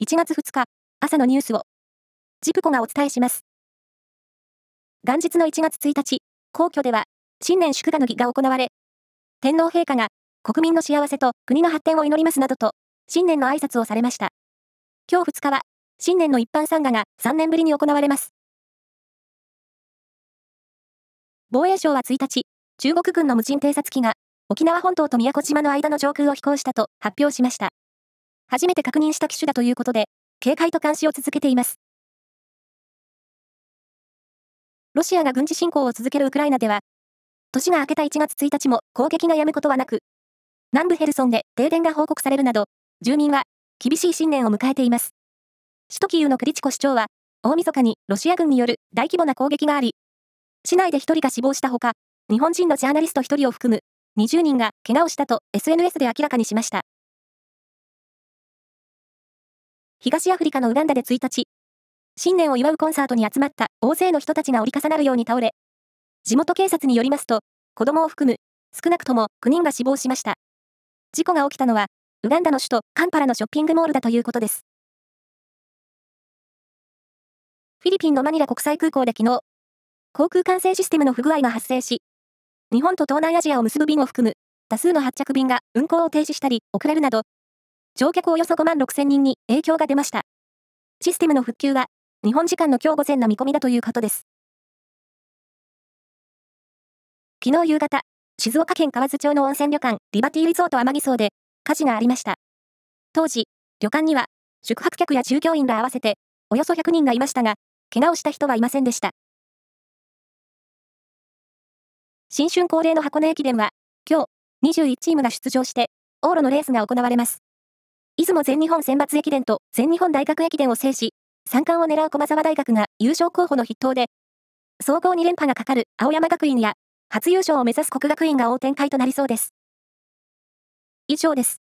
1月2日、朝のニュースを、ジプコがお伝えします。元日の1月1日、皇居では、新年祝賀の儀が行われ、天皇陛下が、国民の幸せと国の発展を祈りますなどと、新年の挨拶をされました。今日2日は、新年の一般参賀が3年ぶりに行われます。防衛省は1日、中国軍の無人偵察機が、沖縄本島と宮古島の間の上空を飛行したと発表しました。初めて確認した機種だということで、警戒と監視を続けています。ロシアが軍事侵攻を続けるウクライナでは、年が明けた1月1日も攻撃が止むことはなく、南部ヘルソンで停電が報告されるなど、住民は厳しい新年を迎えています。首都キーウのクリチコ市長は、大晦日にロシア軍による大規模な攻撃があり、市内で1人が死亡したほか、日本人のジャーナリスト1人を含む20人が怪我をしたと SNS で明らかにしました。東アフリカのウガンダで1日、新年を祝うコンサートに集まった大勢の人たちが折り重なるように倒れ、地元警察によりますと、子供を含む少なくとも9人が死亡しました。事故が起きたのは、ウガンダの首都カンパラのショッピングモールだということです。フィリピンのマニラ国際空港で昨日、航空管制システムの不具合が発生し、日本と東南アジアを結ぶ便を含む多数の発着便が運航を停止したり遅れるなど、乗客およそ5万6千人に影響が出ました。システムの復旧は、日本時間の今日午前の見込みだということです。昨日夕方、静岡県河津町の温泉旅館リバティリゾート天城荘で火事がありました。当時、旅館には宿泊客や従業員ら合わせておよそ100人がいましたが、怪我をした人はいませんでした。新春恒例の箱根駅伝は、今日21チームが出場して往路のレースが行われます。出雲全日本選抜駅伝と全日本大学駅伝を制し、3冠を狙う駒澤大学が優勝候補の筆頭で、総合2連覇がかかる青山学院や、初優勝を目指す國學院が追う展開となりそうです。以上です。